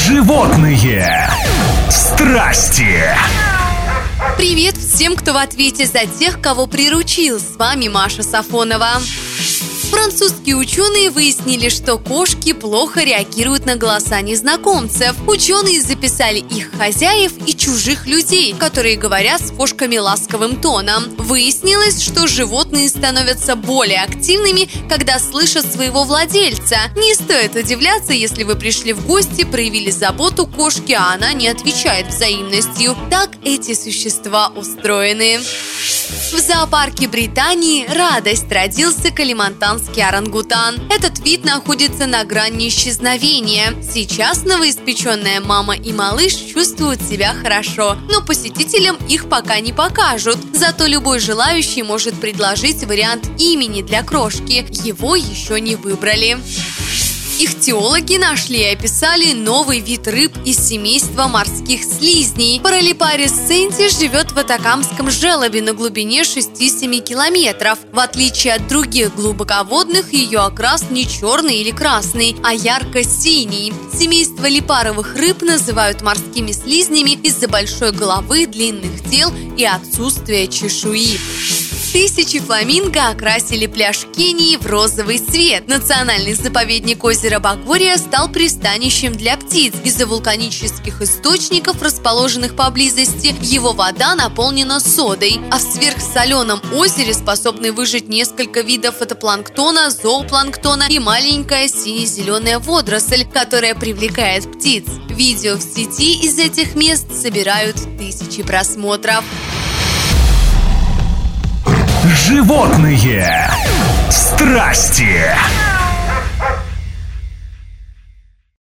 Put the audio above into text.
Животные страсти. Привет всем, кто в ответе за тех, кого приручил. С вами Маша Сафонова. Французские ученые выяснили, что кошки плохо реагируют на голоса незнакомцев. Ученые записали их хозяев и чужих людей, которые говорят с кошками ласковым тоном. Выяснилось, что животные становятся более активными, когда слышат своего владельца. Не стоит удивляться, если вы пришли в гости, проявили заботу кошки, а она не отвечает взаимностью. Так эти существа устроены. В зоопарке Британии радость родился калимантанский орангутан. Этот вид находится на грани исчезновения. Сейчас новоиспеченная мама и малыш чувствуют себя хорошо, но посетителям их пока не покажут. Зато любой желающий может предложить вариант имени для крошки. Его еще не выбрали. Ихтиологи нашли и описали новый вид рыб из семейства морских слизней. Паралипарис сенти живет в Атакамском желобе на глубине 6-7 километров. В отличие от других глубоководных, ее окрас не черный или красный, а ярко-синий. Семейство липаровых рыб называют морскими слизнями из-за большой головы, длинных тел и отсутствия чешуи. Тысячи фламинго окрасили пляж Кении в розовый цвет. Национальный заповедник озера Богория стал пристанищем для птиц. Из-за вулканических источников, расположенных поблизости, его вода наполнена содой. А в сверхсоленом озере способны выжить несколько видов фотопланктона, зоопланктона и маленькая сине-зеленая водоросль, которая привлекает птиц. Видео в сети из этих мест собирают тысячи просмотров. Животные страсти.